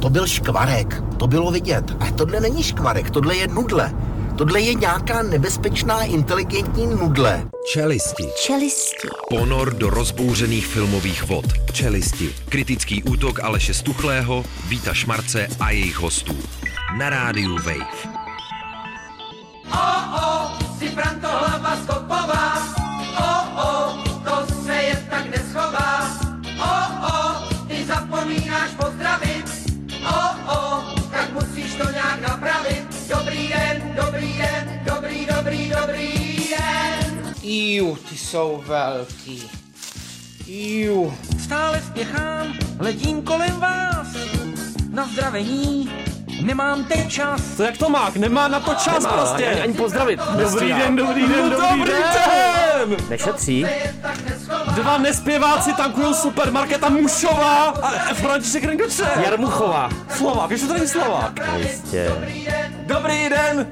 to byl škvarek, to bylo vidět. A tohle není škvarek, tohle je nudle. Tohle je nějaká nebezpečná inteligentní nudle. Čelisti. Ponor do rozbouřených filmových vod. Čelisti. Kritický útok Aleše Stuchlého, Víta Šmarce a jejich hostů. Na rádiu Wave. Si Franto hlava skopová. To se jen tak neschová. Ty zapomínáš pozdravit. Tak musíš to nějak napravit. Dobrý den. Ty jsou velký. Stále spěchám, letím kolem vás. Na zdravení nemám teď čas. To jak to má? Nemá na to čas prostě. Ani pozdravit. Dobrý den. Nešetří. Dva nespěváci tankujou supermarket a Mušová a František Rengoče. Jarmuchová. Slovák, ještě to není Slovák. Jistě. Dobrý den.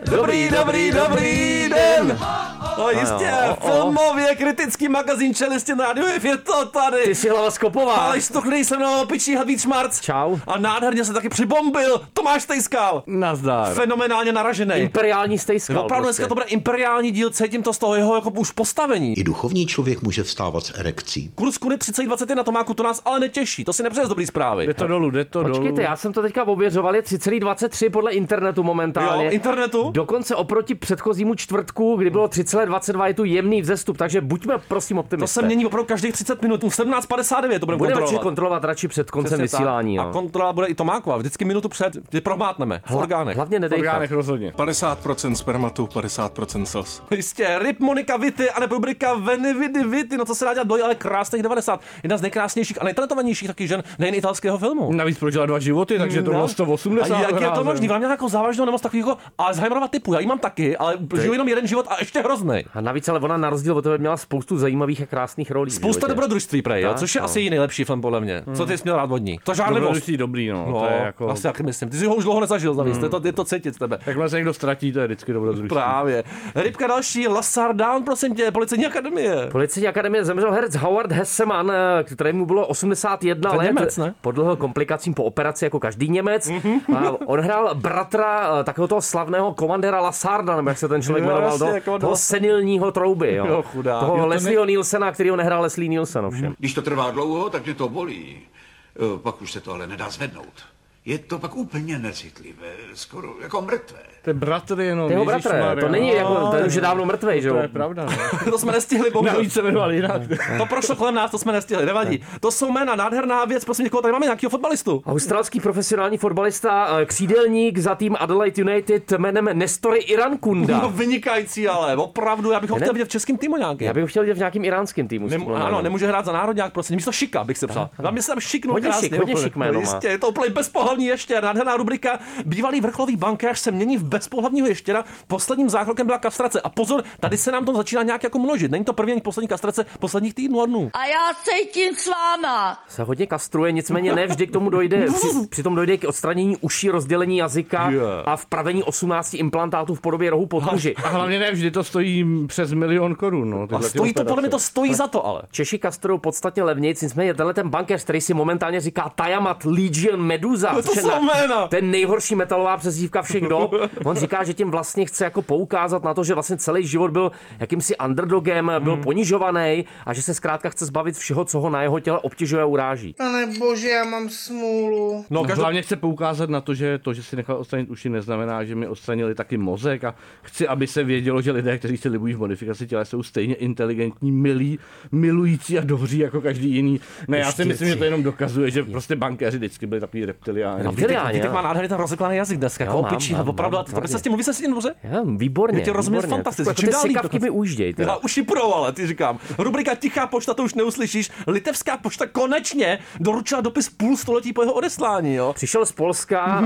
No jistě, filmově kritický magazín Čelisti na rádiu je to tady. Ty jsi hlava skopová. Aleš Stuchlý se mnou, pičí Víta Šmarc. Čau. A nádherně se taky přibombil Tomáš Stejskal. Nazdar. Fenomenálně naražený. Imperiální Stejskal. Opravdu prostě. dneska to bude imperiální díl, cítím to z toho jeho jako už postavení. I duchovní člověk může vstávat s erekcí. Kurz Kuny 30-20 na Tomáku, to nás ale netěší, to si nepřeje z dobrý zprávy. Jde to dolů. Počkejte, já jsem to teďka ověřoval, je 3,23 podle internetu momentálně. Jo, internetu? Dokonce oproti předchozímu čtvrtku, kdy bylo 3,22, je tu jemný vzestup, takže buďme prosím optimisté. To se mění opravdu každých 30 minut, 17:59 to budeme kontrolovat radši před koncem vysílání. A kontrola bude i Tomákova, vždycky minutu před, kdy promátneme v orgánech. Hlavně nedejchat. Rozhodně. 50% spermatu, 50% slz. Jistě, Rip Monika Vity a nebo rubrika Veny Vidy Vity, no co se dá dělat ale krásných 90. Jedna z nejkrásnějších a nejtalentovanějších taky žen nejen italského filmu. Navíc prožila 2 životy, takže to bylo 180. A jak je to možný? Vám nějakou závažnou nemoc takového Alzheimerova typu. Já ji mám taky, ale žiju jenom jeden život a ještě hroznej. A navíc ale ona na rozdíl od toho měla spoustu zajímavých a krásných rolí. Spousta dobrodružství prej, jo, což je asi její nejlepší film podle mě. Co ty jsi měl rád od ní? To žárlivost. Dobrý, no. To je jako... Asi taky myslím. Ty jsi ho už dlouho nezažil, navíc. Je to cítit z tebe. Takhle se někdo ztratí, to je vždycky dobrodružství. Právě. Rybka další, Lassar Down, prosím tě, Policejní akademie. Policejní akademie zemřel herec Howard Hesseman, kterému bylo 81 let. Němec, ne? Podlehl komplikacím po operaci jako každý Němec. A on hrál bratra takového toho slavného komandéra Lassarda, nebo jak se ten člověk jmenoval, toho senilního trouby. Jo. Toho Leslieho Nielsena, kterýho nehrál Leslie Nielsen ovšem. Když to trvá dlouho, tak mě to bolí. Pak už se to ale nedá zvednout. Je to pak úplně necitlivé, skoro jako mrtvé. To je bratr jenom. Jeho bratr, to není jako, ten už je dávno mrtvej, že jo? To je pravda. To jsme nestihli, bohužel. Navíc se jmenoval jinak. To prošlo kolem nás, to jsme nestihli, nevadí. To jsou jména, nádherná věc, prosím někoho, tady máme nějakého fotbalistu. Australský profesionální fotbalista, křídelník za tým Adelaide United jménem Nestory Irankunda. No vynikající, ale opravdu, já bych ho chtěl vidět v českém týmu nějakým. Já bych ho chtěl vidět v nějakým iránském týmu. Ano, nemůže hrát za národňák, prostě místo Šika bych se přál. Tam jsem šiknul krásně. Hodně šik jméno má. Jistě, je to úplně bezpohlavní ještě, nádherná rubrika. Bývalý vrcholový bankéř se mění v bezpohlavního ještěra. Posledním zákrokem byla kastrace. A pozor, tady se nám to začíná nějak jako množit. Není to první ani poslední kastrace posledních týdnů a dnů. A já cítím s váma. Se hodně kastruje, nicméně ne vždy k tomu dojde. Přitom dojde k odstranění uší, rozdělení jazyka a vpravení 18 implantátů v podobě rohu podruži. A hlavně ne vždy to stojí přes 1 000 000 korun. No, a stojí to, podle mě to stojí za to, ale. Češi kastrují podstatně levněji, nicméně tenhle ten bankéř, který si momentálně říká Tiamat Legion Medusa. To jsou jména. Ten nejhorší metalová přezdívka všech dob. On říká, že tím vlastně chce jako poukázat na to, že vlastně celý život byl jakýmsi underdogem, byl ponižovaný a že se zkrátka chce zbavit všeho, co ho na jeho těle obtěžuje a uráží. Pane bože, já mám smůlu. No, hlavně chce poukázat na to, že si nechal odstranit uši, neznamená, že mi odstranili taky mozek a chci, aby se vědělo, že lidé, kteří se libují v modifikaci těla, jsou stejně inteligentní, milí, milující a dobří jako každý jiný. Ne, já si myslím, že to jenom dokazuje, že prostě bankéři vždycky byli takový reptiliáni. Vítek má nádherný ten rozeklaný jazyk dneska, jako opičí, opravdu. To se s tím mluví se s tím dobře? Výborně. Je tě rozumím fantasticky. Ty sykavky mi ujížděj. Já už ji půjdou, ale ty říkám. Rubrika Tichá pošta, to už neuslyšíš. Litevská pošta konečně doručila dopis půl století po jeho odeslání, jo. Přišel z Polska,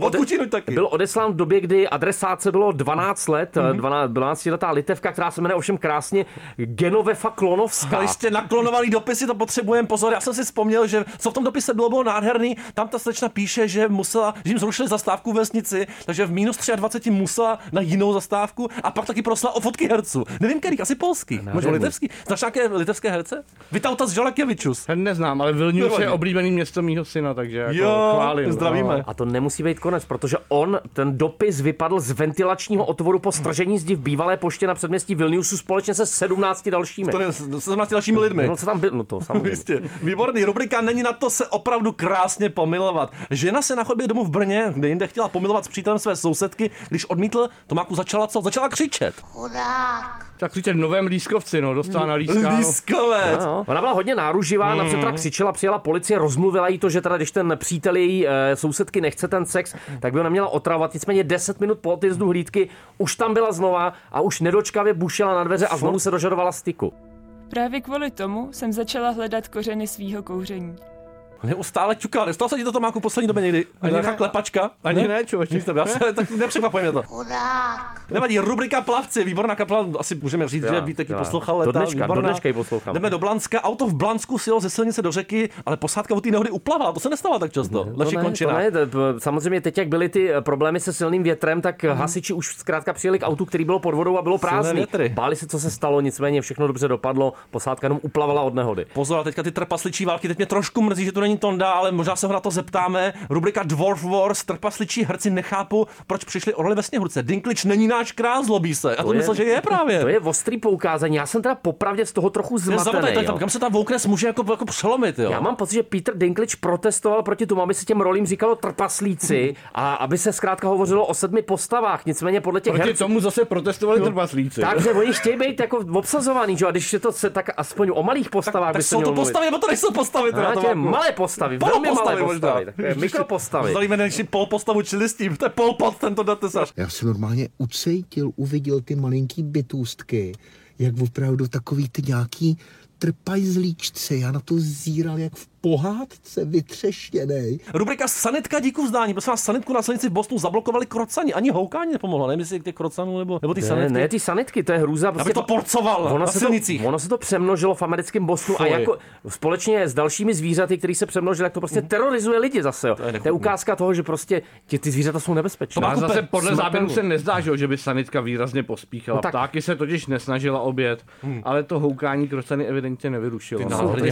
byl odeslán v době, kdy adresátce bylo 12 let, 12letá Litevka, která se jmenuje ovšem krásně Genovefa Klonovská. Ale jste naklonovaný dopisy, to potřebujeme, pozor. Já jsem si vzpomněl, že co v tom dopise bylo nádherný. Tam ta slečna píše, píše, že jim zrušili zastávku v vesnici, takže v -23 musela na jinou zastávku a pak taky prosila o fotky herců. Nevím, kterých, asi polský, možná litevský. Znáš nějaké litevské herce? Vytautas Žalakevičus. Neznám, ale Vilnius je oblíbený město mýho syna, takže jako chválím. Zdravíme. A to nemusí být konec, protože ten dopis vypadl z ventilačního otvoru po stržení zdi v bývalé poště na předměstí Vilniusu společně se 17 dalšími. 17 dalšími lidmi. No, co tam bylo, to samozřejmě. Výborný, rubrika Není na to se opravdu krásně pomilovat. Žena se na chodbě domů v Brně, kde jinde chtěla pomilovat s přítelem své sousedky, když odmítl, Tomáku začala křičet. Chudák. Tak křičet v Novém Lískovci, dostala na líská. Lískovec. No. Ona byla hodně náruživá, napřed křičela, přijela policie, rozmluvila jí to, že teda když ten přítel její sousedky nechce ten sex, tak by ho neměla otravovat. Nicméně 10 minut po odjezdu hlídky už tam byla znova a už nedočkavě bušila na dveře a znovu se dožadovala styku. Právě kvůli tomu jsem začala hledat kořeny svýho kouření. Neustále ťuká. Nestalo se ti to, Tomáku, poslední době někdy? Ani nějaká klepačka? Ani ne, člověče. Tak nepřekvapuje mě to. Nevadí, rubrika Plavci, výborná kapela, asi můžeme říct, že Vítek ji poslouchal leta. Do dneška ji poslouchám. Jdeme do Blanska, auto v Blansku sjelo ze silnice do řeky, ale posádka od té nehody uplavala, to se nestává tak často. Samozřejmě teď, jak byly ty problémy se silným větrem, tak hasiči už zkrátka přijeli k autu, který bylo pod vodou a bylo prázdný. Báli se, co se stalo, nicméně všechno dobře dopadlo, posádka jenom uplavala od nehody. Pozor, a teďka ty trpasličí války, teď mě trošku mrzí, že to není Tonda, ale možná se ho na to zeptáme. Rubrika Dwarf Wars, trpasličí herci nechápu, proč přišli orly ve Sněhurce. Dinklage není náš král, zlobí se. A to myslel, že je právě. To je ostrý poukázání. Já jsem teda popravdě z toho trochu zmatený. Kam se ta vouknes může jako přelomit, jo? Já mám pocit, že Peter Dinklage protestoval proti tomu, aby se těm rolím říkalo trpaslíci a aby se zkrátka hovořilo o 7 postavách. Nicméně podle těch herců tomu zase protestovali trpaslíci. Takže oni chtějí být jako obsazovaný, že? A když je to tak aspoň o malých postavách, tak jsou to postavy, nebo to nejsou postavy, malé postavy. Malé postavy, mikropostavy. Zdalíme nejsi polpostavu čilistím, to je Polpot, tento datesař. Já jsem normálně uviděl ty malinký bytůstky, jak opravdu takový ty nějaký trpajzlíčci. Já na to zíral jak v pohádce vytřeštěnej. Rubrika Sanitka díku vzdání. Prosím vás, sanitku na silnici v Bostonu zablokovali krocani. Ani houkání nepomohlo. Nevím, jestli těch krocanů nebo ty sanitky. Ne, ty sanitky, to je hrůza. Aby to porcoval na silnicích. Ono se to přemnožilo v americkém Bostonu a jako společně s dalšími zvířaty, které se přemnožily, tak to prostě terorizuje lidi zase. Jo. To je ukázka toho, že prostě ty zvířata jsou nebezpečné. A zase podle záběru se nezdá, že by sanitka výrazně pospíchala. No, ptáky se totiž nesnažila obět, ale to houkání krocany evidentně nevyrušilo.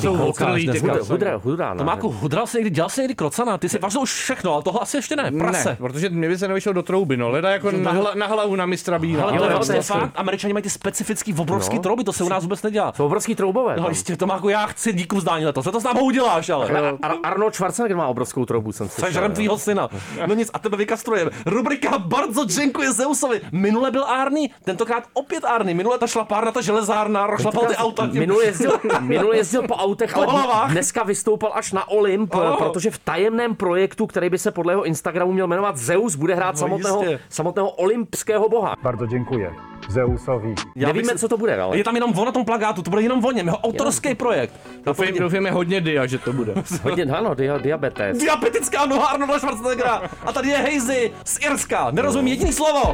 Hudra. Tomáku, dělal jsi někdy krocana, ty si vařil už všechno, ale tohle asi ještě ne, prase. Ne, protože mě by se nevyšel do trouby, leda jako na hlavu na mistra Bíla. Ale to je vlastně fakt, Američani mají ty specifický obrovský trouby, to se u nás vůbec nedělá. Jsou obrovský troubové. No jistě, Tomáku, já chci díku vzdání letos, to s námi uděláš, ale. Arnold Schwarzenegger má obrovskou troubu, jsem si. Žerem tvýho syna. No nic, a tebe vykastrujeme. Rubrika Bardzo děkuji Zeusovi. Minule byl Arný, tentokrát opět Arný. Minule ta šlapárna, ta železárna, rozšlapal ty auta. Minule jezdil po autech, ale dneska vystoupal až na Olymp, protože v tajemném projektu, který by se podle jeho Instagramu měl jmenovat Zeus, bude hrát samotného olympského boha. Bardzo děkuji Zeusovi. Nevíme, co to bude, ale. Je tam jenom on na tom plakátu, to bude jenom o něm, jeho autorský projekt. Doufujeme hodně dia, že to bude. Diabetes. Diabetická noha Arnolda Schwarzeneggera. A tady je Hazy z Irska. Nerozumím jediný slovo.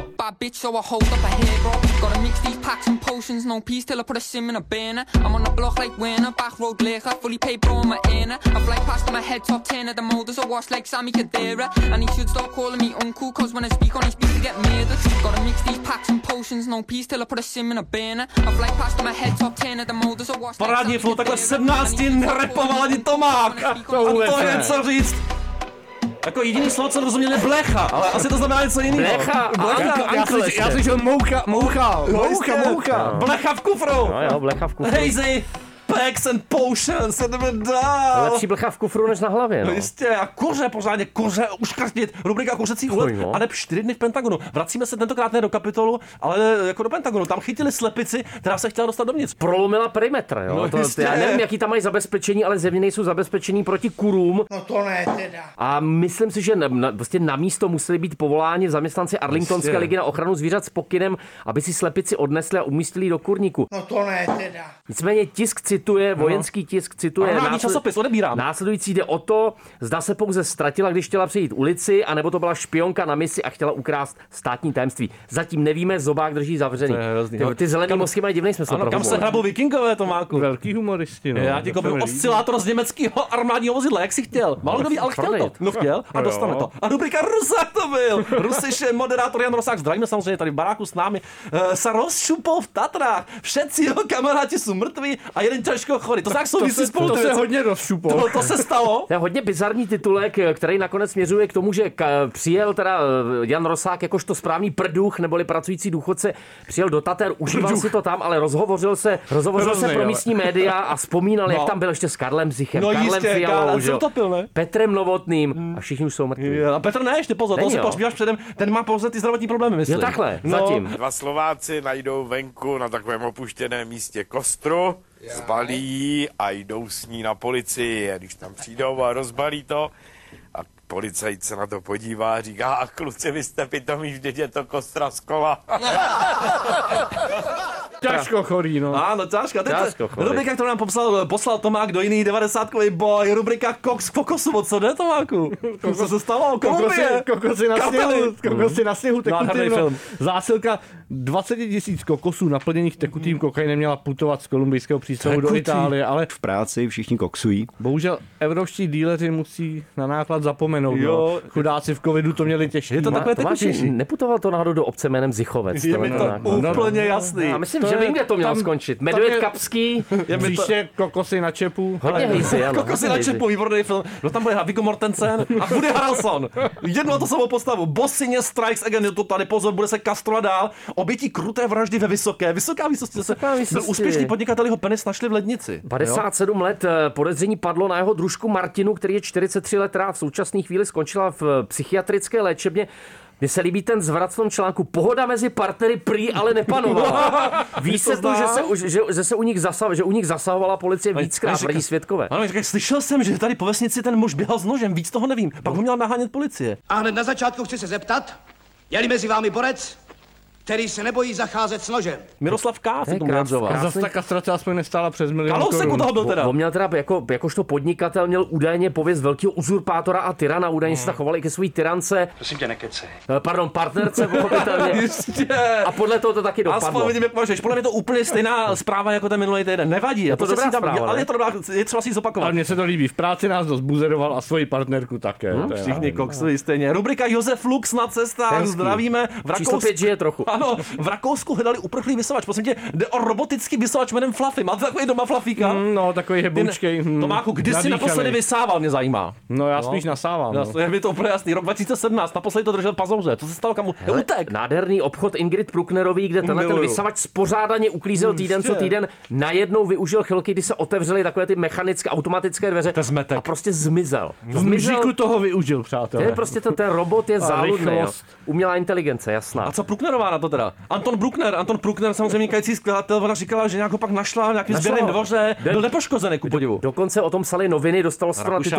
Parádní flow, takhle 17 nerepoval ani Tomák. A to je co říct. Jako jediný slovo, co rozuměl, je blecha, ale asi to znamená něco jiného. Blecha. Já slyšel moucha. Blecha v kufru. No jo, blecha v kufru. Hazy. Packs and potions se jdeme dál. Lepší blecha v kufru než na hlavě. No jistě, a pořádně kuře uškrtit. Rubrika kuřecí úlet a ne 4 dny v Pentagonu. Vracíme se tentokrát ne do kapitolu, ale jako do Pentagonu. Tam chytili slepici, která se chtěla dostat dovnitř. Prolomila perimetr, jo. No, já nevím, jaký tam mají zabezpečení, ale zjevně nejsou zabezpečení proti kurům. No to ne teda. A myslím si, že prostě na místo museli být povoláni zaměstnanci Arlingtonské ligy na ochranu zvířat s pokynem, aby si slepici odnesli a umístili do kurníku. No to ne teda. Nicméně tisk cituje, cituje, vojenský tisk cituje. Časopis, odebírám. Následující jde o to, zda se pouze ztratila, když chtěla přejít ulici, anebo to byla špionka na misi a chtěla ukrást státní tajemství. Zatím nevíme, zobák drží zavřený. Ty zelený mozky mají divný smysl. Ano, kam se hrabou vikingové, Tomáku? Velký humoristi, no. Já ti koupím oscilátor z německého armádního vozidla, jak jsi chtěl. Málo kdo ví, ale chtěl to. No chtěl a dostane to. A rubrika Rusák to byl. Rusiše, moderátor Jan Rosák, zdravíme samozřejmě tady v baráku s námi, se rozšupol v Tatrách. Všetci jeho kamaráti jsou mrtví a jeden těžko chorý. To tak souvisí spolu. To se hodně rozšupol. To se stalo. To je hodně bizarní titulek, který nakonec směřuje k tomu, že přijel teda Jan Rosák jakožto správný prduch neboli pracující důchodce, přijel do Tater, užíval si to tam, ale rozhovořil se pro místní média a vzpomínal, jak tam byl ještě s Karlem Zichem, Karlem Fialou, Petrem Novotným a všichni už jsou mrtví. A Petr ne, ještě pozor, to si pohřbíváš předem, ten má pouze ty zdravotní problémy, myslím. Jo, takhle, zatím. Dva Slováci najdou venku na takovém opuštěném místě kostru, zbalí a jdou s ní na policii. A když tam přijdou a rozbalí to, a policajt se na to podívá a říká, a kluci, vy jste pitomí, vždyť je to kostra z kola. Těžko chorý, no. Ano, těžko. Rubrika, kterou nám poslal Tomák do jiný 90kový boj, rubrika Koks v kokosu, co jde, Tomáku? Co se stalo? Kokosy na sněhu, tekutým, no. Zásilka 20 000 kokosů naplněných tekutým kokainem měla putovat z kolumbijského přístavu do Itálie, ale v práci všichni koksují. Bohužel evropští díleři musí na náklad zapomenout. Jo. Chudáci v covidu to měli těžké. Je to takové tekutější. Neputoval to náhodou do obce jménem Zichovec. Je mi to úplně jasný. Já myslím, že vím, kde to mělo skončit. Medvěd Kapský. Příště Kokosy na čepu. Hodně hejzy, ano. Kokosy na čepu, výborný film. No tam bude hrát Viggo Mortensen a Woody Harrelson. Jednu a to samou postavu. Bosině Strikes Again, to tady pozor, bude se kastrovat dál. Obětí kruté vraždy ve vysoká výsosti. Byl úspěšný podnikatel, jeho penis našli v lednici. 57 let podezření padlo na jeho družku Martinu, který je 43 let, v současné chvíli skončila v psychiatrické léčebně. Mně se líbí ten zvrat v tom článku. Pohoda mezi partnery prý ale nepanovala. Ví se to, že u nich zasahovala policie víckrát, tvrdí svědkové. Ano, slyšel jsem, že tady po vesnici ten muž běhal s nožem, víc toho nevím. Pak ho měla nahánět policie. A hned na začátku chci se zeptat, je-li mezi vámi borec, který se nebojí zacházet s nožem. Miroslav K. se tomu vyjadřoval. A zase ta kastrace aspoň nestála přes 1 milion korun. Kalousek toho byl teda. On měl teda jakožto podnikatel měl údajně pověst velkého uzurpátora a tyrana. Údajně se tak chovali ke své tyrance. Prosím tě, nekecej. Pardon, partnerce, pochopitelně. A podle toho to taky dopadlo. Aspoň vidím, jak máš. Podle mě to úplně stejná zpráva jako ten minulý týden. Nevadí. Je to dobrá zpráva, ale je třeba si zopakovat. Ale mně se to líbí. V práci nás dost buzeroval a svoji partnerku také. Všichni koksují stejně. Rubrika Josef Lux na cestách. Zdravíme. Číslo 5 žije trochu. Ano, v Rakousku hledali uprchlý vysavač. Prosím tě, jde o robotický vysavač jménem Fluffy. Máte takový doma Fluffíka? No, takový heboučkej. Tomáku, kdy jsi naposledy vysával, mě zajímá. No, já spíš nasávám. Je mi to úplně jasný. Rok 2017, naposledy to držel pazouře. Co se stalo, kamu? Utek. Nádherný obchod Ingrid Pruknerový, kde ten vysavač spořádaně uklízel týden co týden. Najednou využil chvilky, kdy se otevřely takové ty mechanické, automatické dveře a prostě zmizel. Zmizel toho využil, přátelé. Prostě ten robot je záludný. Umělá inteligence, jasná. A co Pruknerová na to teda? Anton Prukner, samozřejmě vynikající skladatel, ona říkala, že nějak ho pak našla v nějakém sběrném dvoře, byl nepoškozený, ku podivu. Dokonce o tom psali noviny, dostalo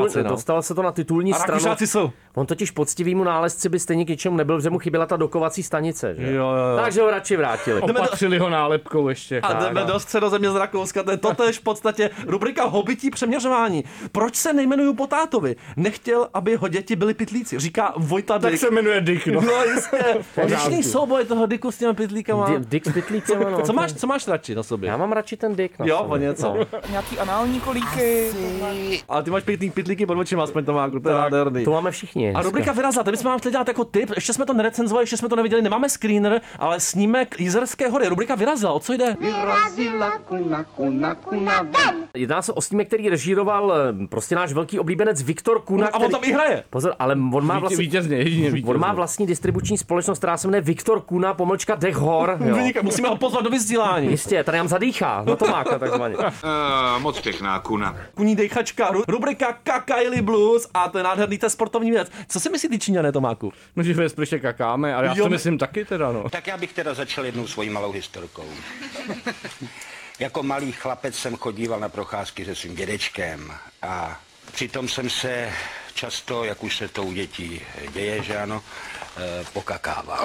se to na titulní stranu. Rakušáci jsou. On totiž poctivýmu nálezci by stejně k ničemu nebyl, že mu chyběla ta dokovací stanice, že? Jo. Takže ho radši vrátili. Opatřili ho nálepkou ještě. A jdeme do Středozemě z Rakouska, to je totéž v podstatě rubrika Hobití přeměřování. Proč se nejmenuju po tátovi? Nechtěl, aby jeho děti byli pytlíci, říká Vojta Dyk. Tak se jmenuje Dyk, no. No jistě. Dnešní souboj toho Dyku s těmi pytlíkama. Dyk s pytlíkama, no. Co máš radši na sobě? Já mám radši ten Dyk na sobě. Jo, o něco. No. Nějaký anální kolíky. Ale ty máš pěkný pytlíky pod očima, aspoň Tomáku, to je nádherný. To máme všichni. A rubrika Vyrazila, tady bychom vám chtěli dělat jako tip, ještě jsme to nerecenzovali, ještě jsme to neviděli, nemáme screener, ale snímek Jizerské hory. Rubrika Vyrazila, o co jde? Vyrazila kuna ven. Jedná se o snímek, který režíroval prostě náš velký oblíbenec Viktor Kuna. A on tam i hraje. Pozor, ale on má on má vlastní distribuční společnost, která se jmenuje Viktor Kuna _Dechor. Musíme ho pozvat do vysílání. Jistě, tady nám zadýchá, no to máka takzvaně. Moc pěkná kuna. Kuní dejchačka, rubrika Kakajli Blues a to je nádherný, to je sportovní věc. Co si myslí ty Číňané, Tomáku? No, že ve sprše kakáme, ale já si myslím taky teda, no. Tak já bych teda začal jednou svojí malou historkou. Jako malý chlapec jsem chodíval na procházky se svým dědečkem a přitom jsem se často, jak už se to u dětí děje, že ano, pokakával.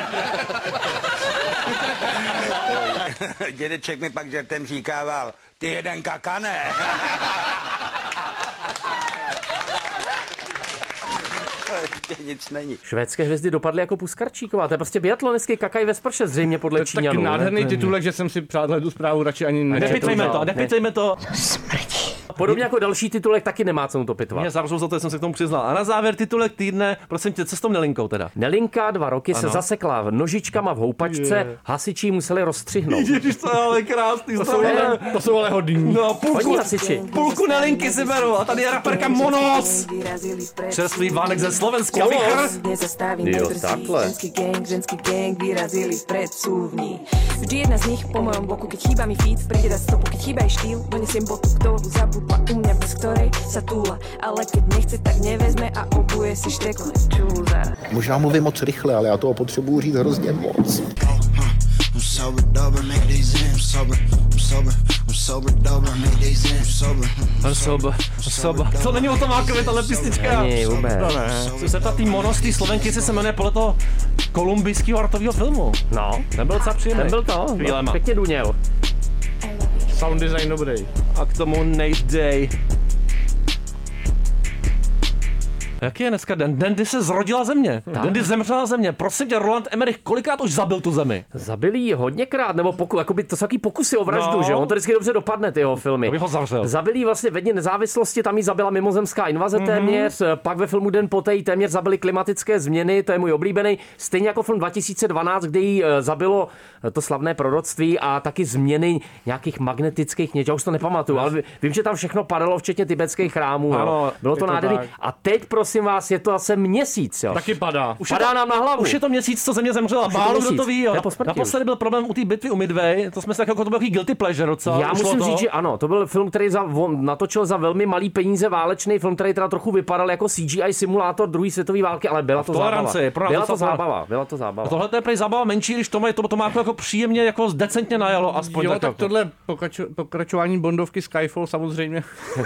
Dědeček mi pak žertem říkával, ty jeden kakane. Nic není. Švédské hvězdy dopadly jako Puskarčíková. To je prostě biatlonistky kakaj ve sprše, zřejmě podle Číňanů. To je taky nádherný titulek, že jsem si přátelé tu zprávu radši ani nečetl. Nepitejme to. Podobně jako další titulek taky nemá cenu to pitvat. Mě zavřel za to, jsem se k tomu přiznal. A na závěr titulek týdne, prosím tě, co s tou Nelinkou teda? Nelinka 2 roky se zasekla nožičkama v houpačce, hasiči museli rozstřihnout. Ježiš, to je ale krásný. To jsou ale hodný. No, půlku Nelinky si beru a tady je raperka Monos. Čerstvý vánek ze Slovenska. Jo, takhle. Vždy jedna z nich po mojom boku, keď chýba mi feed, príde dať stopu, keď chýba aj štýl, donesiem botu, ktorú zabudla u mňa, bez ktorej sa túla, ale keď nechce, tak nevezme a obuje si štekle. Čúza. Možná mluvím moc rychle, ale já toho potřebuju říct hrozně moc. To není o Tomákovi, tahle písnička. Není vůbec. Chci se ptat, tý Monos, tý Slovenky, se jmenuje podle toho kolumbijského artového filmu. No. Ten byl docela příjemný. Ten byl to, pěkně duněl. Sound design dobrý. A k tomu Nate Day. Jaký je dneska den? Den, kdy se zrodila země. Den, kdy zemřela země. Prosím tě, Roland Emmerich, kolikrát už zabil tu zemi? Zabil jí hodněkrát, nebo jakoby to jsou taky pokusy o vraždu, že? On to vždycky dobře dopadne, ty jeho filmy. Abych ho zavřel. Zabil jí vlastně ve dně nezávislosti, tam jí zabila mimozemská invaze téměř, pak ve filmu Den poté jí téměř zabili klimatické změny, to je můj oblíbený. Stejně jako film 2012, kde jí zabilo to slavné proroctví a taky změny nějakých magnetických něčeho, už to nepamatuju, ale vím, že tam všechno padalo, včetně tibetských chrámů. Ano, bylo to nádherný. A teď prosím vás, je to asi měsíc, jo. Taky padá. Padá nám na hlavu. Už je to měsíc, co země zemřela. Málo kdo to ví, jo. Naposledy byl problém u té bitvy u Midway, to jsme se jako to byl takový guilty pleasure docela. Já musím říct, že ano, to byl film, který natočil za velmi malý peníze válečný film, který teda trochu vypadal jako CGI simulátor druhé světové války, ale byla to zábava. Byla to zábava. A tohle je prej zábava menší, když to má jako příjemně jako decentně najelo aspoň. Jo, tak tohle pokračování Bondovky Skyfall samozřejmě.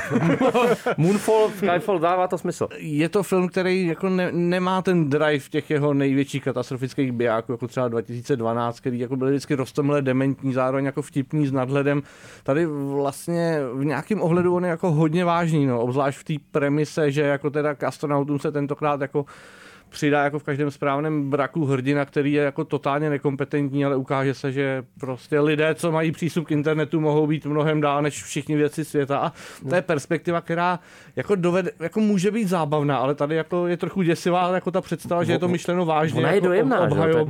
Moonfall, Skyfall, dává to smysl. Je to film, který jako nemá ten drive těch jeho největších katastrofických bijáků, jako třeba 2012, který jako byly vždycky roztomilé dementní, zároveň jako vtipný s nadhledem. Tady vlastně v nějakém ohledu on je jako hodně vážný, no, obzvlášť v té premise, že jako teda k astronautům se tentokrát jako přidá jako v každém správném braku hrdina, který je jako totálně nekompetentní, ale ukáže se, že prostě lidé, co mají přístup k internetu, mohou být mnohem dál než všichni vědci světa. A to je perspektiva, která jako jako může být zábavná, ale tady jako je trochu děsivá jako ta představa, že je to myšleno vážně. Ona je jako dojemná,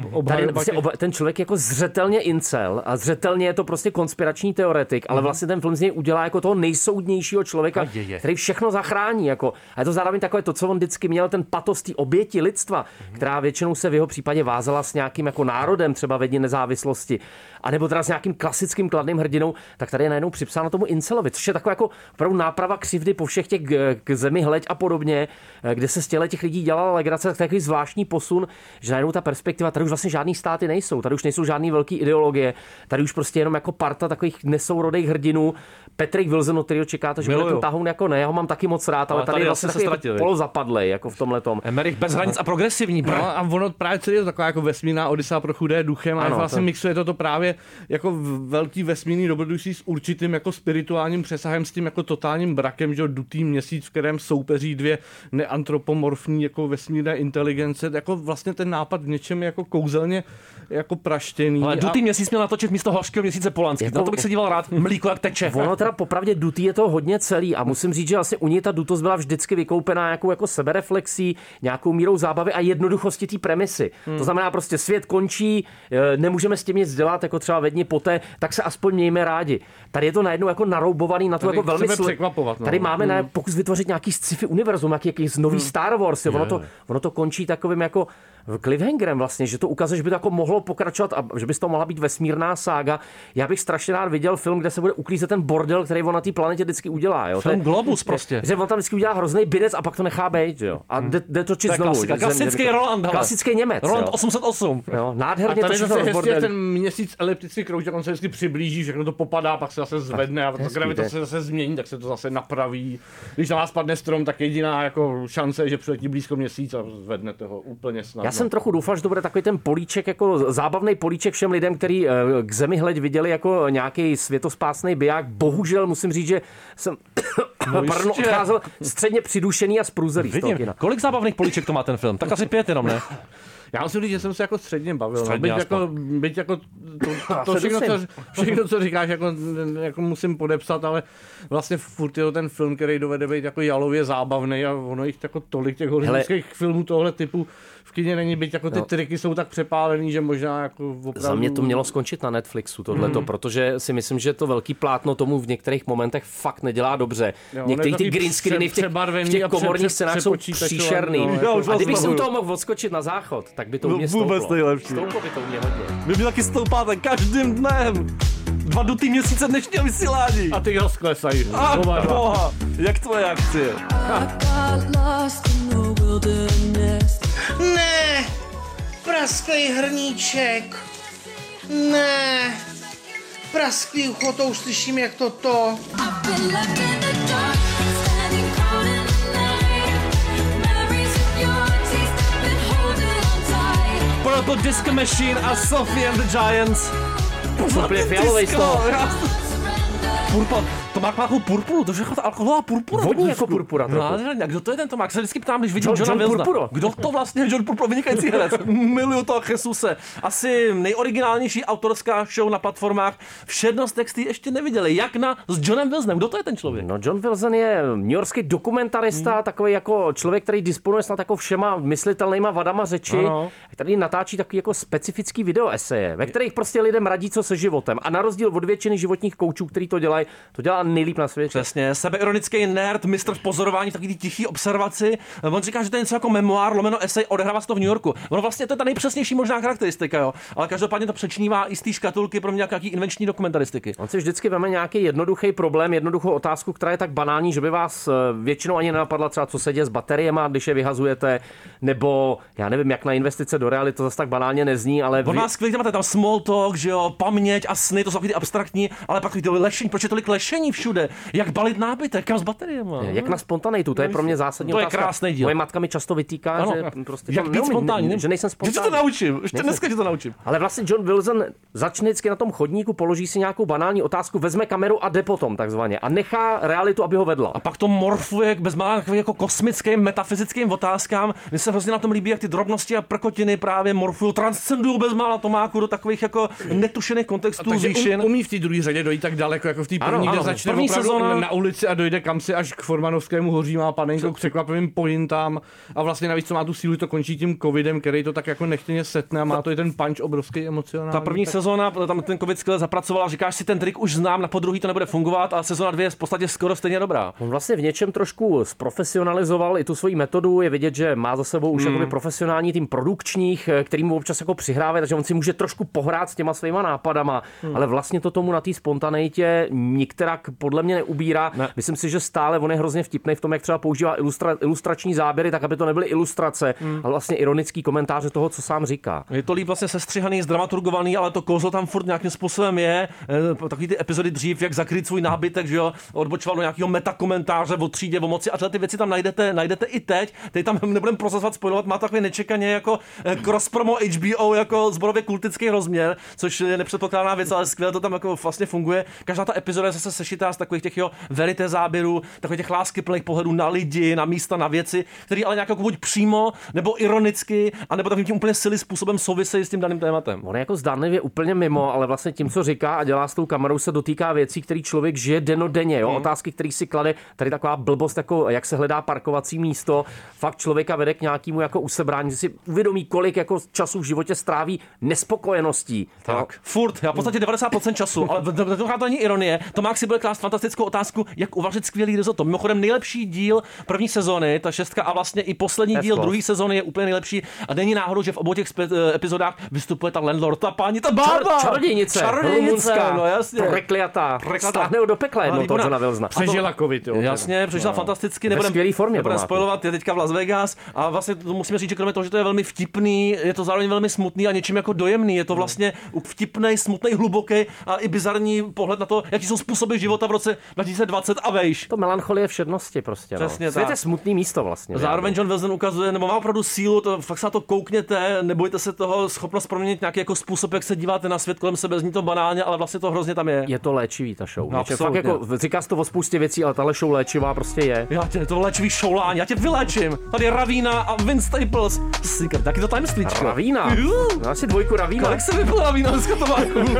ten člověk jako zřetelně incel a zřetelně je to prostě konspirační teoretik, ale vlastně ten film z něj udělá jako toho nejsoudnějšího člověka, který všechno zachrání. Jako. A je to zároveň takové to, co on vždycky měl, ten patos té oběti lidstva, která většinou se v jeho případě vázala s nějakým jako národem, třeba ve dni nezávislosti, anebo teda s nějakým klasickým kladným hrdinou, tak tady je najednou připsáno tomu incelovi, což je taková jako opravdu náprava křivdy po všech těch k zemi hleď a podobně, kde se z těch lidí dělala legrace, tak takový zvláštní posun, že najednou ta perspektiva, tady už vlastně žádný státy nejsou, tady už nejsou žádný velký ideologie, tady už prostě jenom jako parta takových nesourodých hrdinů. Patrick Wilson, od kterého čekáte, že bude ten tahoun jako ne, já ho mám taky moc rád, ale tady je vlastně takový polozapadlej, jako v tomhletom. Emmerich bez hranic a progresivní. No, a ono právě celý je taková jako vesmírná Odyssea pro chudé duchem, a vlastně mixuje to právě jako velký vesmírný dobrodružství s určitým jako spirituálním přesahem, s tím jako totálním brakem, že dutý měsíc, v kterém soupeří dvě neantropomorfní jako vesmírné inteligence, jako vlastně ten nápad v něčem jako kouzelně jako praštěný. Ale dutý měsíc měl natočit místo hořkého měsíce Polanský. Jako, na to bych se díval rád, mlíko jak teče. Ono teda popravdě dutý je to hodně celý a musím říct, že vlastně u něj ta dutost byla vždycky vykoupená jako sebereflexí, nějakou mírou zábavy a jednoduchosti té premisy. To znamená prostě svět končí, nemůžeme s tím nic dělat, jako třeba ve dni poté, tak se aspoň mějme rádi. Tady je to najednou jako naroubovaný na to jako velmi překvapovat. No. Tady máme pokus vytvořit nějaký sci-fi univerzum, jaký nový Star Wars. Ono to končí takovým jako cliffhangerem vlastně, že to ukazuje, že by to jako mohlo pokračovat a že by to mohla být vesmírná sága. Já bych strašně rád viděl film, kde se bude uklízet ten bordel, který on na té planetě vždycky udělá. Jo? Film Globus prostě. Že on tam vždycky udělá hrozný binec a pak to nechá být, jo. A jde točit znovu. Klasický Roland. Klasický Němec. Roland 808. Jo, nádherně to všechno rozbordelí. Ten měsíc elliptický kroužek, on se vždycky přiblíží, všechno to popadá, pak se zase zvedne a gravitace se zase změní, tak se to zase napraví. Když na vás padne strom, tak jediná jako šance je, že přiletí blízko měsíc a zvedne toho úplně snadno. Já jsem trochu doufal, že to bude takový ten políček, jako zábavný políček všem lidem, kteří k zemi hleď viděli jako nějaký světospásný biják. Bohužel musím říct, že jsem odcházel středně přidušený a zprůzrý z toho kina. Kolik zábavných políček to má ten film? Tak asi 5 jenom, ne? Já musím říct, že jsem se jako středně bavil. Byť jako to všechno, co říkáš, jako musím podepsat, ale vlastně furt je to ten film, který dovede být jako jalově zábavný a ono jich jako tolik těch hollywoodských filmů tohle typu v kině není, byť jako ty triky jsou tak přepálený, že možná jako opravdu... Za mě to mělo skončit na Netflixu tohleto, protože si myslím, že to velký plátno tomu v některých momentech fakt nedělá dobře. Některý ty green screeny v těch komorních scénách jsou příšerný. A kdybych se u toho mohl odskočit na záchod, tak by to u mě stouplo. Vůbec nejlepší. Stouplo by to u mě hodně. Vy by taky stoupáte každým dnem. 2 dutý měsíce dnešního vysílání. A ty ho sklesají. Boha, jak tvoje akcie? Ne, prasklý hrníček. Ne, prasklý ucho, to už slyším, jak to. Proto Disco Machine a Sophie and the Giants. Úplně fialovej z toho. To má takovou purpuru, to je alkoholová purpura. Vodní jako purpura. A kdo to je tento Max? Se vždycky ptám, když vidím Johna Wilsona. Kdo to vlastně je John Purpuro? Vynikající herec. Miluju toho Jesuse. Asi nejoriginálnější autorská show na platformách. Všednost texty ještě neviděli. Jak s Johnem Wilsonem? Kdo to je ten člověk? No, John Wilson je newyorský dokumentarista, takový jako člověk, který disponuje snad jako všema myslitelnýma vadama řeči, který natáčí takový jako specifický video eseje, ve kterých prostě lidem radí, co se životem. A na rozdíl od většiny životních koučů, který to dělají, to dělá nejlíp na světě. Přesně, sebeironický nerd, mistr v pozorování, v takový tichý observaci. On říká, že to je něco jako memoár, lomeno esej, odehrává se to v New Yorku. Ono vlastně to je ta nejpřesnější možná charakteristika, jo. Ale každopádně to přečnívá i z té škatulky pro mě nějaký invenční dokumentaristiky. On si vždycky veme nějaký jednoduchý problém, jednoduchou otázku, která je tak banální, že by vás většinou ani nenapadla, třeba co se děje s bateriemi, když je vyhazujete, nebo já nevím, jak na investice do reality, to zase tak banálně nezní, ale on má skvělý téma, tam small talk, že jo, paměť a sny, to jsou ty abstraktní, ale pak ty lešení, proč je tolik lešení všude? Jak balit nábytek, kam s bateriemi? Jak na spontaneitu, to je pro mě zásadní to otázka. Je krásný díl. Moje matka mi často vytýká, ano, že prostě jak být spontánní, že nejsem spontánní. Že to naučím, ještě dneska to naučím. Ale vlastně John Wilson začne vždycky na tom chodníku, položí si nějakou banální otázku, vezme kameru a jde potom takzvaně a nechá realitu, aby ho vedla. A pak to morfuje k bezmála jako kosmickým, metafyzickým otázkám. Mně se hrozně na tom líbí, jak ty drobnosti a prkotiny právě morfují, transcendují bezmála Tomáku do takových jako netušených kontextů výšin. Umí v té druhé řadě dojít tak daleko, jako v té první, kde začne opravdu na ulici a dojde kamsi až k Formanovskému hoří, má panenko k překvapivým pointám a vlastně navíc co má tu sílu, to končí tím covidem, který to tak jako nechtěně setne a má to i ten punch obrovský emocionální. Ta první sezóna, tam ten covid skvěle zapracovala, říkáš si ten trik už znám, na podruhý to nebude fungovat a sezóna 2 je v podstatě skoro stejně dobrá. On vlastně v něčem trošku zprofesionalizoval i tu svoji metodu, je vidět, že má za sebou už jakoby profesionální tým produkčních, který mu občas jako přihrávají, takže on si může trošku pohrát s těma svýma nápadama, ale vlastně to tomu na té spontaneitě nikterak podle mě neubírá. Ne. Myslím si, že stále on je hrozně vtipný v tom, jak třeba používá ilustrační záběry, tak aby to nebyly ilustrace, ale vlastně ironický komentáře toho, co sám říká. Je to líp vlastně sestřihaný, zdramaturgovaný, ale to kouzlo tam furt nějakým způsobem je. Takový ty epizody dřív, jak zakryt svůj nábytek, že jo, odbočoval do nějakého metakomentáře o třídě, o moci a tyhle ty věci tam najdete i teď. Teď tam nebudeme prozazovat, spoilovat, má takový nečekaně jako cross promo HBO jako zborově kultický rozměr, což je nepředpokládaná věc, ale skvěle to tam jako vlastně funguje. Každá ta epizoda je zase sešitá z takových těch verité záběrů, takových těch láskyplných pohledů na lidi, na místa, na věci, které ale nějak jako buď přímo nebo ironicky, anebo takovým tím úplně silným způsobem souvisejí s tím daným tématem. On je jako zdánlivě úplně mimo, ale vlastně tím, co říká a dělá s tou kamerou, se dotýká věcí, které člověk žije dennodenně, jo? Otázky, které si klade, tady taková blbost, jako jak se hledá parkovací místo, fakt člověka vede k nějakému jako usebrání, že si uvědomí, kolik jako času v životě stráví nespokojeností. Tak, furt, já v podstatě 90% času, ale to není ironie. Tomák si byl klást fantastickou otázku, jak uvařit skvělý risotto. Mimochodem nejlepší díl první sezóny, ta 6 a vlastně i poslední díl druhé sezóny je úplně nejlepší a není náhodou, že v obou těch epizodách vystupuje ta landlord, ta paní, ta bába. Čarodějnice, no jasně. Prekliatá. Stáhne ho do pekla jednou toho Johna Wilsona. Přežila covid, jo. Jasně, přežila fantasticky. Ve skvělý formě. Nebudeme spoilovat, je teďka v Las Vegas a vlastně to musíme říct, že kromě toho, že to je velmi vtipný, je to zároveň velmi smutný a něčím jako dojemný. Je to vlastně vtipnej, smutnej, hluboký a i bizarní pohled na to, jaký jsou způsoby života v roce 2020 a vejš. To melancholie všednosti prostě. Přesně tak. Je smutný místo vlastně. Zároveň John Wilson ukazuje, nebo má opravdu sílu, to fakt se na to koukněte, nebojte se toho, schopnost proměnit nějaký jako způsob, jak se díváte na svět kolem sebe, zní to banálně, ale vlastně to hrozně tam je. Je to léčivý ta show. No, fakt jako, říkáš to o spoustě věcí, ale tahle show léčivá prostě je. To léčivý showlání, já tě vylečím. Tady je Ravína a Vince Staples. Taky to tajemstvíčko. Ravína. No, asi 2 Ravína. Kolik se vypil Ravína dneska to má?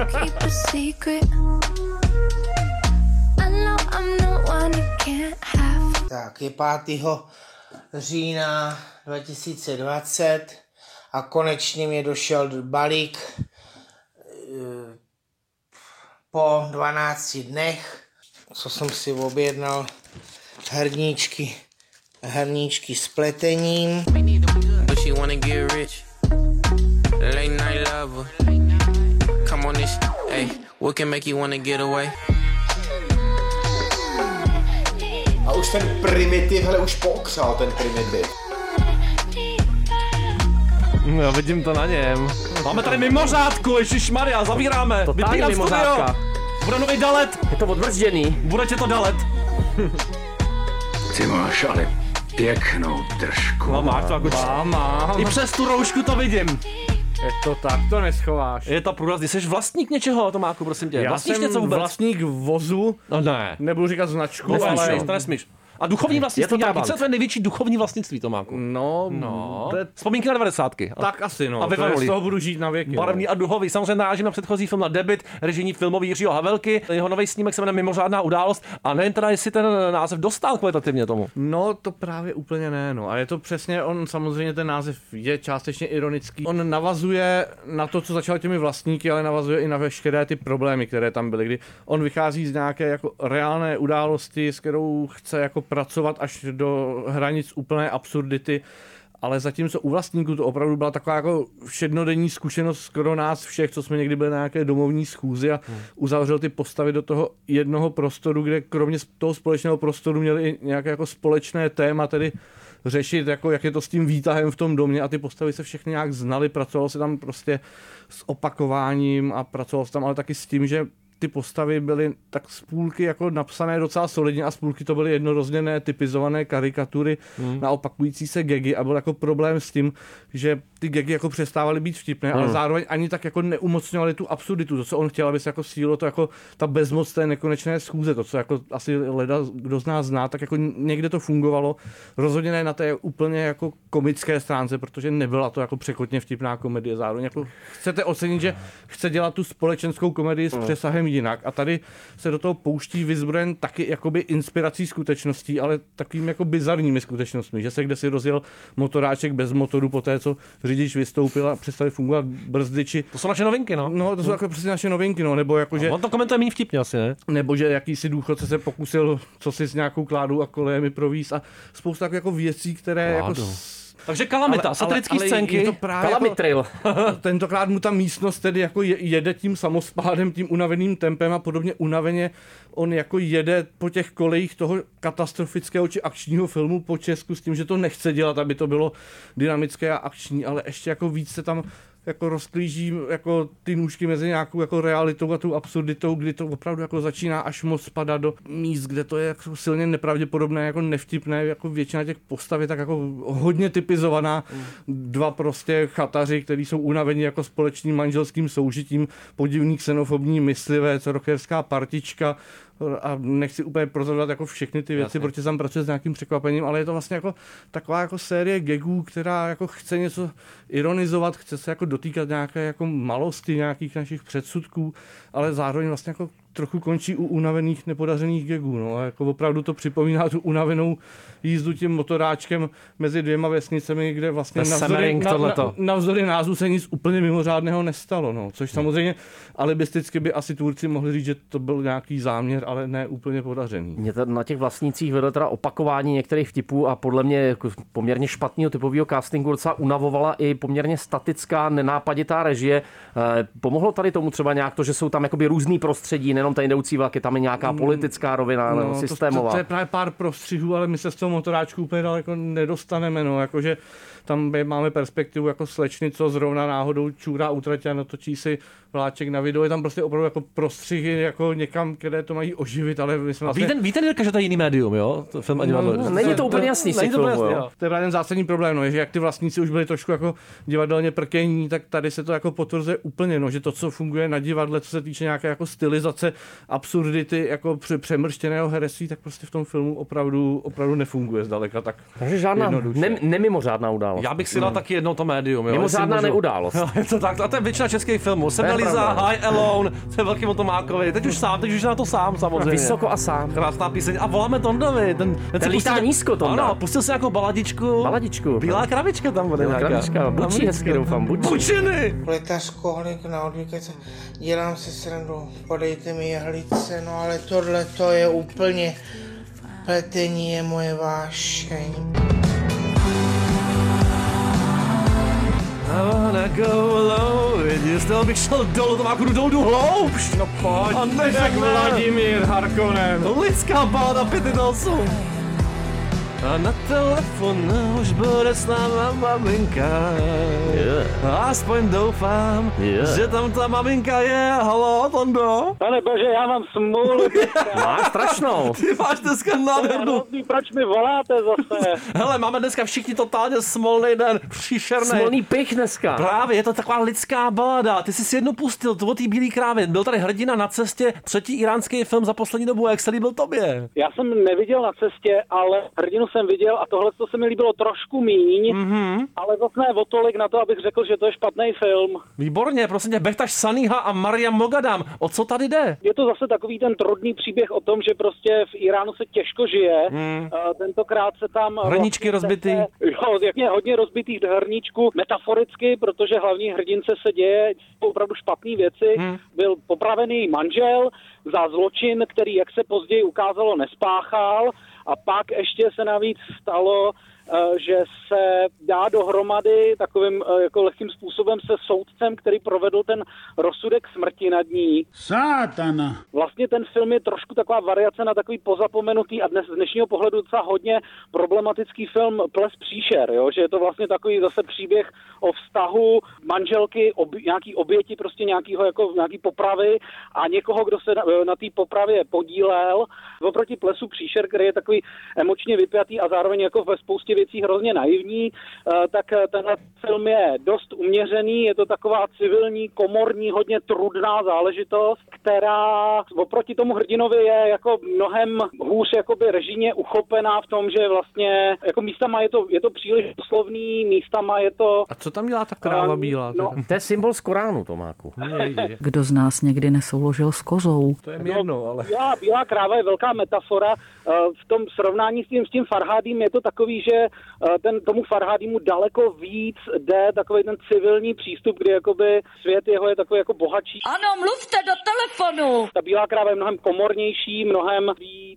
Tak je 5. října 2020 a konečně mi došel balík po 12 dnech, co jsem si objednal hrníčky s pletením. A už ten primitiv, hele, už pookřál ten primitiv. Já vidím to na něm. Máme tady mimořádku, ježišmarja, zavíráme. Totálně mimořádka. Bude nový dalet. Je to odbrzděný. Bude tě to dalet. Ty máš ale pěknou držku. No máš to jako... Mám. I přes tu roušku to vidím. Je to tak, to neschováš. Je to průrazný. Jsi vlastník něčeho, Tomáku, prosím tě? Já jsem vlastník vozu. No ne. Nebudu říkat značku, nesmíš, ale... To nesmíš. A duchovní vlastnictví, co je tvoje největší duchovní vlastnictví, Tomáku? No. Vzpomínky na 90. Tak asi, no. A z toho budu žít na věky. Barevný a duhový. Samozřejmě narážím na předchozí film na Debit, režijní filmový Jiřího Havelky. Jeho nový snímek se jmenuje Mimořádná událost. A nejen teda, jestli ten název dostal kvalitativně tomu. No, to právě úplně ne, no. A je to přesně, on samozřejmě ten název je částečně ironický. On navazuje na to, co začal těmi vlastníky, ale navazuje i na veškeré ty problémy, které tam byly, kdy on vychází z nějaké jako reálné události, s kterou chce jako pracovat až do hranic úplné absurdity, ale zatímco u vlastníků to opravdu byla taková jako všednodenní zkušenost skoro nás všech, co jsme někdy byli na nějaké domovní schůzi a uzavřel ty postavy do toho jednoho prostoru, kde kromě toho společného prostoru měli i nějaké jako společné téma, tedy řešit, jako jak je to s tím výtahem v tom domě a ty postavy se všechny nějak znaly, pracovalo se tam prostě s opakováním a pracovalo se tam ale taky s tím, že ty postavy byly tak z půlky jako napsané docela solidně a z půlky to byly jednorozděné typizované karikatury na opakující se gagy a byl jako problém s tím, že ty gagy jako přestávaly být vtipné, ale zároveň ani tak jako neumocňovaly tu absurditu, to, co on chtěl, aby se jako sílo to jako ta bezmoc té nekonečné schůze, to, co jako asi leda, kdo z nás zná, tak jako někde to fungovalo, rozhodně ne na té úplně jako komické stránce, protože nebyla to jako překotně vtipná komedie, zároveň jako chcete ocenit, že chce dělat tu společenskou komedii s přesahem jinak a tady se do toho pouští vyzbrojen taky jakoby inspirací skutečností, ale takovými jako bizarními skutečnostmi, že se kde si rozjel motoráček bez motoru po té, co řidič vystoupil a přestali fungovat brzdiči. To jsou naše novinky, no. No, to jsou jako přesně naše novinky, no, nebo jako že on to komentuje méně vtipně asi, ne? Nebo že jakýsi důchodce se pokusil co si s nějakou kládou a kolejemi provízt a spousta jako věcí, které jako takže kalamita, satirický scénky. Kalamitrail. Tentokrát mu ta místnost tedy jako jede tím samospádem, tím unaveným tempem a podobně unaveně on jako jede po těch kolejích toho katastrofického či akčního filmu po Česku s tím, že to nechce dělat, aby to bylo dynamické a akční, ale ještě jako víc se tam jako rozklíží jako ty nůžky mezi nějakou jako realitou a tou absurditou, kdy to opravdu jako začíná až moc spadat do míst, kde to je jako silně nepravděpodobné, jako nevtipné, jako většina těch postav je tak jako hodně typizovaná. Dva prostě chataři, kteří jsou unavení jako společným manželským soužitím, podivný xenofobní myslivec, rockerská partička, a nechci úplně prozradit jako všechny ty věci, protože tam pracuje s nějakým překvapením, ale je to vlastně jako taková jako série gagů, která jako chce něco ironizovat, chce se jako dotýkat nějaké jako malosti, nějakých našich předsudků, ale zároveň vlastně jako trochu končí u unavených, nepodařených gagů. No. A jako opravdu to připomíná tu unavenou jízdu tím motoráčkem mezi dvěma vesnicemi, kde vlastně navzdory názvu se nic úplně mimořádného nestalo. No. Což samozřejmě alibisticky by asi tvůrci mohli říct, že to byl nějaký záměr, ale ne úplně podařený. Mě na těch Vlastnících vedle teda opakování některých vtipů a podle mě jako poměrně špatného typového castingu docela unavovala i poměrně statická, nenápaditá režie. Pomohlo tady tomu třeba nějak to, že jsou tam jakoby různý prostředí, nejenom tady jdoucí vlaky, tam je nějaká politická rovina, nebo systémová. To je právě pár prostřihů, ale my se z toho motoráčku úplně daleko nedostaneme, no, jakože tam máme perspektivu jako slečny, co zrovna náhodou čůrá útratě a natočí si vláček na video. Je tam prostě opravdu jako prostřihy jako někam, kde to mají oživit, ale my jsme vlastně... Víte, že to je jiný médium, jo? To film a divadlo. Není to úplně jasný. To je právě ten zásadní problém, no, že jak ty vlastníci už byli trošku jako divadelně prkení, tak tady se to jako potvrzuje úplně, no, že to, co funguje na divadle, co se týče nějaké jako stylizace, absurdity, jako přemrštěného herectví, tak prostě v tom filmu opravdu nefunguje zdaleka tak. Takže žádná nemimořádná událost. Já bych si dal taky jedno to médium. Mimořádná neudálost. Jo, je to tak, a to je většina českých filmů. Sebeliza, High Alone, to je velký Motomákovi. Teď už na to sám samozřejmě. Vysoko a sám. Krásná píseň. A voláme Tondovi. Ten lítá nízko, Tonda. Ano, pustil si nějakou baladičku. Bílá krabička tam bude nějaká. Krabička, bučí hezky doufám. Bučiny! Pletařkoholik na odvykace. Dělám si srandu, podejte mi jehlice, no ale tohle to je úplně... Pletení je moje vášeň. I wanna go alone with you. Still bych šel dolů, to má jdu hloubš. No pojď, tak Vladimír Harkonnen. Lidská balada 5:08. A na telefonu už bude s náma maminka. Aspoň doufám, že tam ta maminka je. Haló, Tondo? Pane bože, já mám smůlu. Máš strašnou. Ty máš dneska nádhernou. Proč mi voláte zase? Hele, máme dneska všichni totálně smolný den, příšerný. Smolný pich dneska. Právě, je to taková lidská balada. Ty jsi si jednu pustil, to o té bílý krávě. Byl tady Hrdina na cestě, třetí iránský film za poslední dobu. Jak se líbil tobě? Já jsem neviděl Na cestě, ale Hrdinu jsem viděl a tohle se mi líbilo trošku míň, ale zase ne o tolik na to, abych řekl, že to je špatný film. Výborně, prosím tě, Behtaš Saniha a Mariam Mogadam. O co tady jde? Je to zase takový ten trudný příběh o tom, že prostě v Iránu se těžko žije. Tentokrát se tam... Hrníčky rozbitý. Jo, hodně rozbitých do hrníčku, metaforicky, protože hlavní hrdince se děje opravdu špatný věci. Byl popravený manžel za zločin, který, jak se později ukázalo, nespáchal. A pak ještě se navíc stalo, že se dá dohromady takovým jako lehkým způsobem se soudcem, který provedl ten rozsudek smrti nad ní. Sátana! Vlastně ten film je trošku taková variace na takový pozapomenutý a z dnešního pohledu docela hodně problematický film Ples příšer, jo? Že je to vlastně takový zase příběh o vztahu manželky, nějaký oběti, prostě nějaký popravy a někoho, kdo se na té popravě podílel. Oproti Plesu příšer, který je takový emočně vypjatý a zároveň jako ve spoustě věcí hrozně naivní, tak tenhle film je dost uměřený, je to taková civilní, komorní, hodně trudná záležitost, která oproti tomu hrdinovi je jako mnohem hůř jakoby režijně uchopená v tom, že vlastně jako místama je to příliš slovný, místama je to... A co tam dělá ta kráva bílá? No, to je symbol z Koránu, Tomáku. Kdo z nás někdy nesouložil s kozou? To je jedno, ale... Bílá kráva je velká metafora. V tom srovnání s tím Farhádím je to takový, že tomu Farhádímu daleko víc jde takový ten civilní přístup, kdy jakoby svět jeho je takový jako bohatší. Ano, mluvte do telefonu! Ta Bílá kráva je mnohem komornější, mnohem víc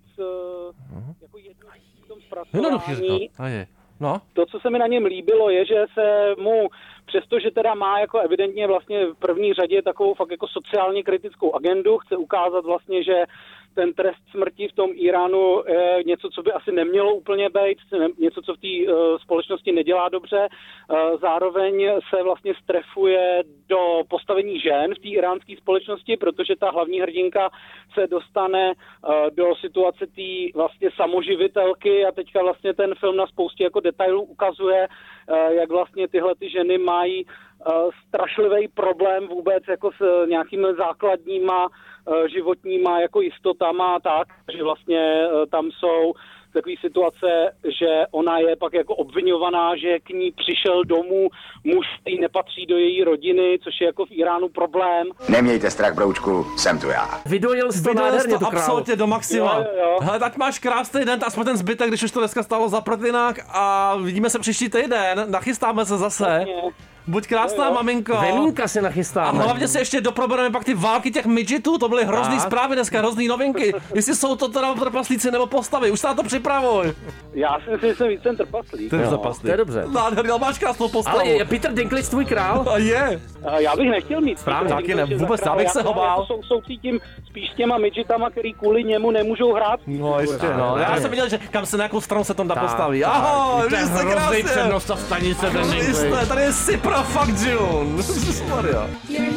jako jednoduchý v tom zpracování. No. To, co se mi na něm líbilo, je, že se mu, přestože teda má jako evidentně vlastně v první řadě takovou fakt jako sociálně kritickou agendu, chce ukázat vlastně, že ten trest smrti v tom Iránu je něco, co by asi nemělo úplně být, něco, co v té společnosti nedělá dobře. Zároveň se vlastně strefuje do postavení žen v té iránské společnosti, protože ta hlavní hrdinka se dostane do situace té vlastně samoživitelky a teďka vlastně ten film na spoustě jako detailů ukazuje, jak vlastně tyhle ty ženy mají strašlivý problém vůbec jako s nějakými základníma životníma jako jistotama a tak, že vlastně tam jsou takový situace, že ona je pak jako obviňovaná, že k ní přišel domů muž, který nepatří do její rodiny, což je jako v Iránu problém. Nemějte strach, broučku, jsem tu já. Vydojil jsi to absolutně do maxima. Hele, tak máš krásný den, aspoň ten zbytek, když už to dneska stalo za prtinák a vidíme se příští týden, nachystáme se zase. Buď krásná, maminko. Vemínka si nachystáme. A hlavně si ještě doprobereme pak ty války těch midgetů, to byly hrozný zprávy dneska, hrozný novinky. Jestli jsou to teda trpaslíci nebo postavy, už se na to připravuj. Já si myslím, že jsem víc ten trpaslík. To je dobře. Nádherný, ale máš krásnou postavu. Ale je Peter Dinklage tvůj král? A je. Já bych nechtěl mít. Správně, taky ne, vůbec já bych se ho bál. Já soucítím spíš s těma midgetama, který kvůli němu nemůžou hrát. No ještě, no. Já jsem viděl, že kam se na jakou stranu se tam postaví. Ahoj, vy jste krásně. Přednost a stanice ten Dinklage. Tady je Sipra Fuck June. Maria.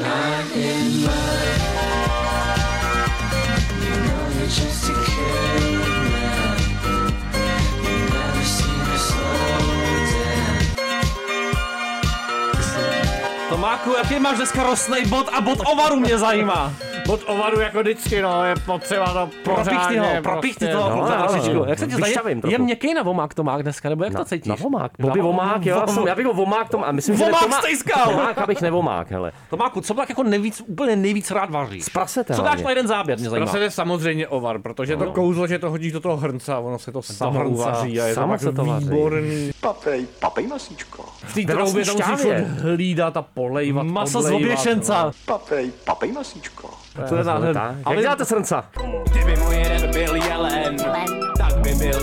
Tomáku, jaký máš dneska rostnej bod a bod ovaru mě zajímá. Bod ovaru jako vždycky, no, je potřeba to pořádně. Propíchty toho trošičku. Jak se ti zdá, je měkký na vomák Tomák dneska, nebo jak to cítíš? Na vomák, Bobby vomák, jo, já bych ho vomák tom, a myslím, že Tomák, abych nevomák, hele. Tomáku, co jako úplně nejvíc rád vaříš? Z prasete. Co dáš na jeden záběr, mě zajímá. Z prasete samozřejmě ovar, protože to kouzlo, že to hodíš do toho hrnce a ono se to samo uvaří a je to výborný. Papej masíčko. V té troubě to musíš hlídat a polejvat. Maso z oběšenca. Papej masíčko. To je nádherný. Jak děláte srnca? Kdyby můj jeden byl jelen, tak by byl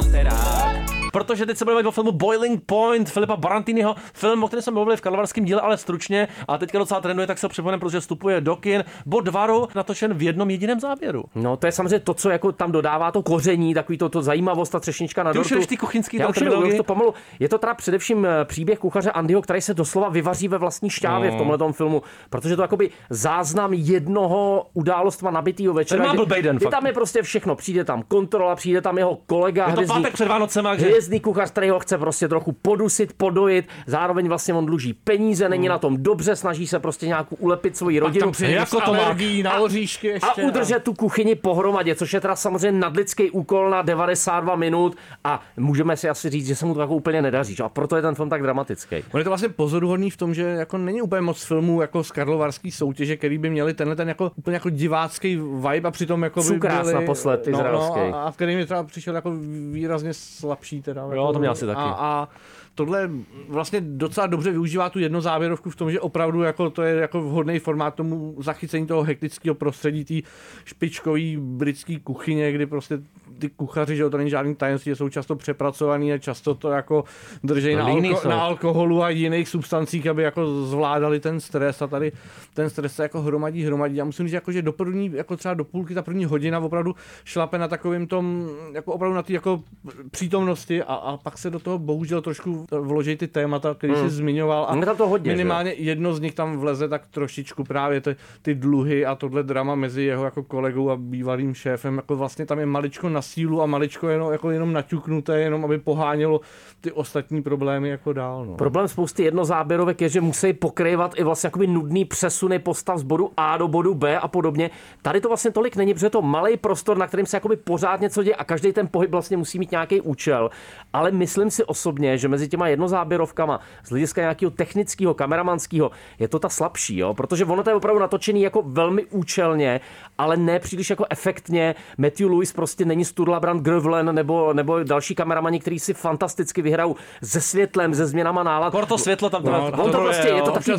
12. Protože teď se budeme o filmu Boiling Point Filipa Barantiniho, film, o kterém jsme mluvili v karlovarském díle, ale stručně, a teďka docela trenduje, tak se ho připomeneme, protože vstupuje do kin. Bod varu natočen v jednom jediném záběru. No, to je samozřejmě to, co jako tam dodává to koření, takový to zajímavost a třešnička na dortu. Ty už ty kuchyňský terminologii. To pomalu. Je to teda především příběh kuchaře Andyho, který se doslova vyvaří ve vlastní štávě v tomhletom filmu, protože to jakoby záznam jednoho událostva nabitýho večera. Kdy tam je prostě všechno, přijde tam kontrola, přijde tam jeho kolega, je to pátek před Vánocema, hvězdný kuchař, který ho chce prostě trochu podusit, podojit, zároveň vlastně on dluží peníze, není na tom dobře, snaží se prostě nějakou ulepit svoji rodinu, jako to na oříšky ještě, a udržet tu kuchyni pohromadě, což je teda samozřejmě nadlidský úkol na 92 minut a můžeme si asi říct, že se mu to jako úplně nedaří, a proto je ten film tak dramatický. On je to vlastně pozoruhodný v tom, že jako není úplně moc filmů jako z karlovarský soutěže, který by měli tenhle ten jako úplně jako divácký vibe a přitom jako by byli naposled izraelský. A v kterém mi třeba přišel jako výrazně slabší teda. Jo, to mě asi taky. A tohle vlastně docela dobře využívá tu jednozáběrovku v tom, že opravdu jako to je jako vhodný formát tomu zachycení toho hektického prostředí, té špičkové britské kuchyně, kdy prostě ty kuchaři, že to není žádný tajemství, jsou často přepracovaný a často to jako drží na alkoholu a jiných substancích, aby jako zvládali ten stres a tady ten stres se jako hromadí. Já musím říct, jako, že do první, jako třeba do půlky, ta první hodina opravdu šlape na takovým tom, jako opravdu na té jako přítomnosti a pak se do toho bohužel trošku vloží ty témata, který jsi zmiňoval a to hodně, minimálně jedno z nich tam vleze tak trošičku právě ty dluhy a tohle drama mezi jeho jako kolegou a bývalým šéfem, jako vlastně tam je maličko na sílu a maličko jenom naťuknuté, jenom aby pohánělo ty ostatní problémy jako dál. No. Problém spousty jednozáběrovek je, že musí pokrývat i vlastně jakoby nudný přesuny postav z bodu A do bodu B a podobně. Tady to vlastně tolik není, protože je to malý prostor, na kterým se jakoby pořád něco děje a každý ten pohyb vlastně musí mít nějaký účel. Ale myslím si osobně, že mezi těma jednozáběrovkama z hlediska nějakého technického, kameramanského je to ta slabší, jo? Protože ono to je opravdu natočený jako velmi účelně, ale ne příliš jako efektně. Matthew Lewis prostě není Sturla Brand Grövlen nebo další kameramani, kteří si fantasticky vyhrajou se světlem, se změnama nálad. To světlo tam on to prostě je to taky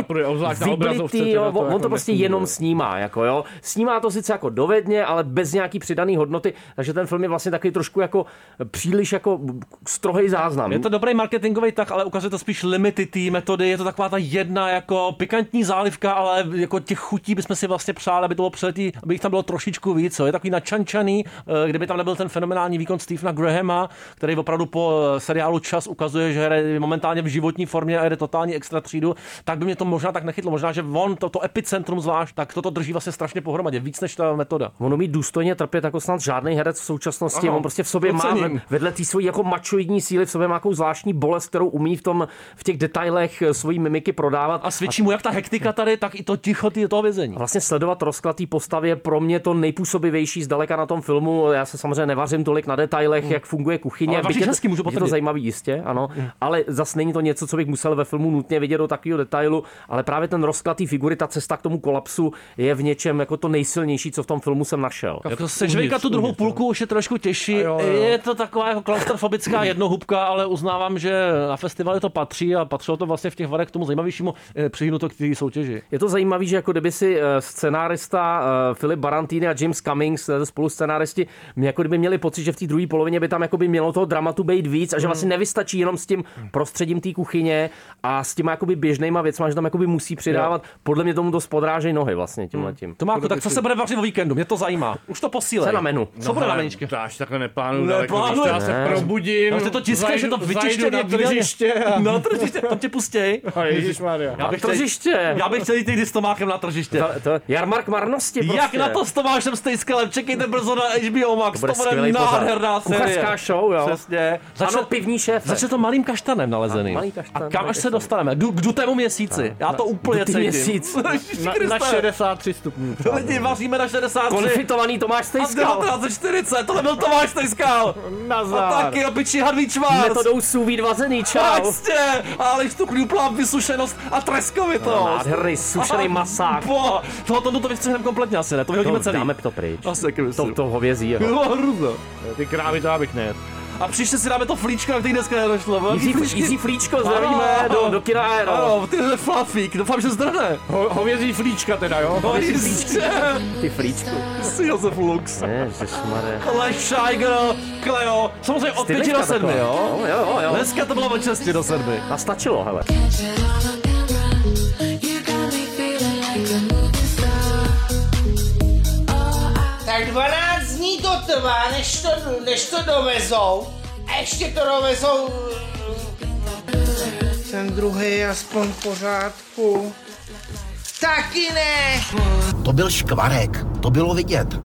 vyblitý, on to prostě jenom snímá, jako jo. Snímá to sice jako dovedně, ale bez nějaký přidaný hodnoty, takže ten film je vlastně takový trošku jako příliš jako strohej záznam. Je to dobrý marketingový tah, ale ukazuje to spíš limity té metody, je to taková ta jedna jako pikantní zálivka, ale jako těch chutí bychom si vlastně přáli, aby to bylo přeletý, aby jich tam bylo trošičku víc, je takový načančaný, kdyby tam nebyl ten fenomenální výkon Stephena Grahama, který opravdu po seriálu Čas ukazuje, že je momentálně v životní formě a jede totální extra třídu, tak by mě to možná tak nechytlo, možná, že on to epicentrum zvlášť, tak toto drží vlastně strašně pohromadě, víc než ta metoda. On umí důstojně trpět jako snad žádný herec v současnosti, on prostě v sobě má vedle té svojí jako mačoidní síly v sobě má nějakou zvláštní bolest, kterou umí v těch detailech svojí mimiky prodávat. A svědčí mu jak ta hektika tady, tak i to ticho toho vězení. A vlastně sledovat rozklad té postavy je pro mě to nejpůsobivější zdaleka na tom filmu. Já se zase samozřejmě nevařím tolik na detailech, jak funguje kuchyně. Je to zajímavý jistě, ano, ale zase není to něco, co bych musel ve filmu nutně vidět do takového detailu, ale právě ten rozklad té figury, ta cesta k tomu kolapsu je v něčem jako to nejsilnější, co v tom filmu jsem našel. Jako Sežvejka tu druhou půlku už je trošku těžší. Je to taková jako klaustrofobická jednohubka, ale uznávám, že na festivaly to patří a patřilo to vlastně v těch varech k tomu zajímavějšímu přihnuto k té soutěži. Je to zajímavý, že jako kdyby si scenárista Philip Barantini a James Cummings, spolu scenáristi, jako kdyby měli pocit, že v té druhé polovině by tam jako by mělo toho dramatu být víc a že vlastně nevystačí jenom s tím prostředím té kuchyně a s těma jakoby běžnejma věcma, že tam jakoby musí přidávat. Podle mě tomu dost podrážejí nohy vlastně tímhletím. Tomáku, tak co se bude vařit o víkendu? Mě to zajímá. Už to posílej. Co na menu? Co bude na meničky? Až takhle neplánuju daleko, když já se probudím. No, ty to tiskneš, že to vytiště na tržiště. Na tržiště, tam tě pustěj. Ježišmarja. Já bych chtěl jít někdy s Tomákem na tržiště. Jarmark marnosti prostě. Jak na to s Tomášem Stejskalem? Čekejte brzo na HBO Max. To bude nádherná série. Kuchařská show, jo. Přesně. Ano, pivní šéf. Začne to malým kaštanem nalezeným. A kam až se dostaneme? K dutému měsíci. Já to úplně cítím. Měsíc. Na 63 stupňů. Lidi, vaříme na 63. Konfitovaný Tomáš Stejskal. A 1940, tohle byl Tomáš Stejskal. Nazar. A taky opičí Hadvík Švác. Metodou sous-vide vazený, čau. Prostě, ale tu klíplám vysušenost a treskovitost. Nádherný sušený masák. Tohle to vystřihneme kompletně asi, ne? To vyhodíme celý. Dáme to pryč. Asi taky myslím. To hovězí, jo. No, hruzo. Ty krávy to abych nejet. A příště si dáme to flíčko, na který dneska nedošlo. Jízí flíčko, zdravíme do kina Aero. Ano, ty je flafík, doufám, že zdrhne. Hovězí flíčka teda, jo? Ty flíčku. Jsi Josef Lux. Ježišmarja. Lež Scheiger, Cleo. Samozřejmě od 5 do 7, jo? Jo. Dneska to bylo od 6 do 7. A stačilo, hele. Tak 12 dní to trvá, než to dovezou. A ještě to dovezou... Ten druhý je aspoň v pořádku. Taky ne! To byl škvarek, to bylo vidět.